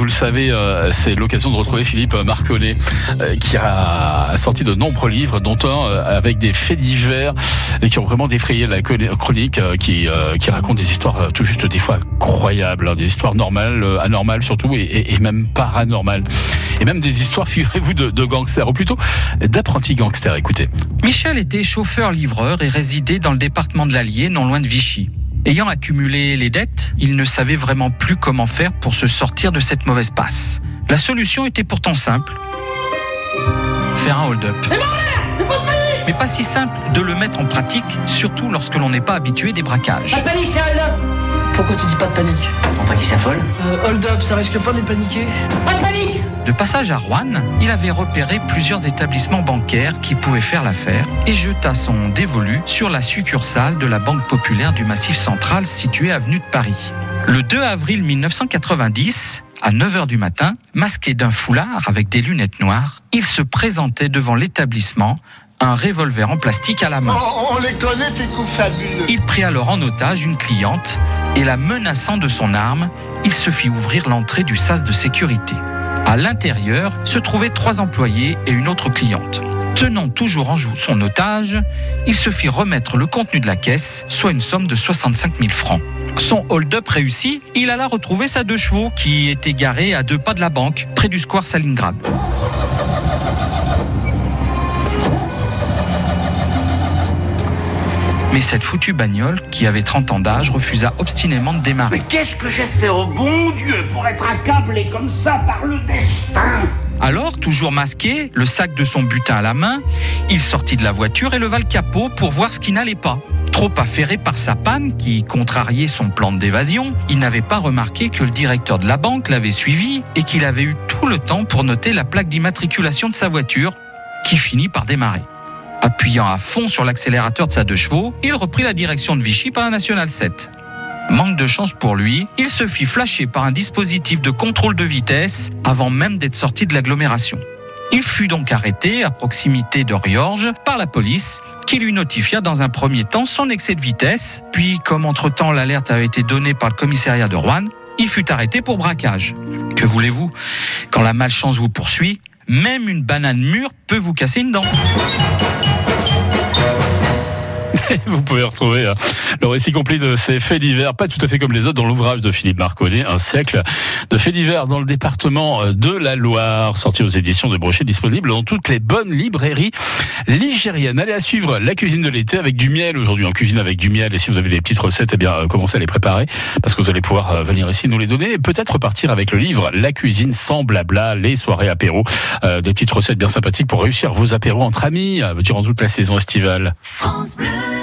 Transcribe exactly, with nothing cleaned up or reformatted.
le savez, euh, c'est l'occasion de retrouver Philippe Marconnet, euh, qui a sorti de nombreux livres, dont un euh, avec des faits divers et qui ont vraiment défrayé la chronique, euh, qui, euh, qui raconte des histoires euh, tout juste des fois incroyables, hein, des histoires normales, euh, anormales surtout, et, et, et même paranormales. Et même des histoires, figurez-vous, de, de gangsters, ou plutôt d'apprentis gangsters. Écoutez. Michel était chauffeur-livreur et résidait dans le département de l'Allier, non loin de Vichy. Ayant accumulé les dettes, il ne savait vraiment plus comment faire pour se sortir de cette mauvaise passe. La solution était pourtant simple. Faire un hold-up. Mais pas si simple de le mettre en pratique, surtout lorsque l'on n'est pas habitué des braquages. Pas de panique, c'est hold-up. Pourquoi tu dis pas de panique? T'entends pas qu'il s'affole? euh, Hold up, ça risque pas de paniquer. Pas de panique. De passage à Roanne, il avait repéré plusieurs établissements bancaires qui pouvaient faire l'affaire et jeta son dévolu sur la succursale de la Banque Populaire du Massif Central située avenue de Paris. Le deux avril mille neuf cent quatre-vingt-dix, à neuf heures du matin, masqué d'un foulard avec des lunettes noires, il se présentait devant l'établissement, un revolver en plastique à la main. Oh, on les connaît, tes coups fabuleux. Il prit alors en otage une cliente et la menaçant de son arme, il se fit ouvrir l'entrée du sas de sécurité. À l'intérieur se trouvaient trois employés et une autre cliente. Tenant toujours en joue son otage, il se fit remettre le contenu de la caisse, soit une somme de soixante-cinq mille francs. Son hold-up réussi, il alla retrouver sa deux chevaux qui était garée à deux pas de la banque, près du square Stalingrad. Mais cette foutue bagnole, qui avait trente ans d'âge, refusa obstinément de démarrer. Mais qu'est-ce que j'ai fait au bon Dieu pour être accablé comme ça par le destin? Alors, toujours masqué, le sac de son butin à la main, il sortit de la voiture et leva le capot pour voir ce qui n'allait pas. Trop affairé par sa panne, qui contrariait son plan d'évasion, il n'avait pas remarqué que le directeur de la banque l'avait suivi et qu'il avait eu tout le temps pour noter la plaque d'immatriculation de sa voiture, qui finit par démarrer. Appuyant à fond sur l'accélérateur de sa deux chevaux, il reprit la direction de Vichy par la Nationale sept. Manque de chance pour lui, il se fit flasher par un dispositif de contrôle de vitesse avant même d'être sorti de l'agglomération. Il fut donc arrêté à proximité de Riorges par la police qui lui notifia dans un premier temps son excès de vitesse, puis comme entre-temps l'alerte avait été donnée par le commissariat de Roanne, il fut arrêté pour braquage. Que voulez-vous? Quand la malchance vous poursuit, même une banane mûre peut vous casser une dent. Vous pouvez retrouver euh, le récit complet de ces faits divers, pas tout à fait comme les autres, dans l'ouvrage de Philippe Marconnet, Un siècle de faits divers dans le département de la Loire, sorti aux éditions de Brochet, disponible dans toutes les bonnes librairies ligériennes. Allez, à suivre la cuisine de l'été avec du miel. Aujourd'hui, en cuisine avec du miel. Et si vous avez des petites recettes, eh bien, euh, commencez à les préparer, parce que vous allez pouvoir euh, venir ici nous les donner et peut-être repartir avec le livre La cuisine sans blabla, les soirées apéro. Euh, des petites recettes bien sympathiques pour réussir vos apéros entre amis euh, durant toute la saison estivale. France Bleu.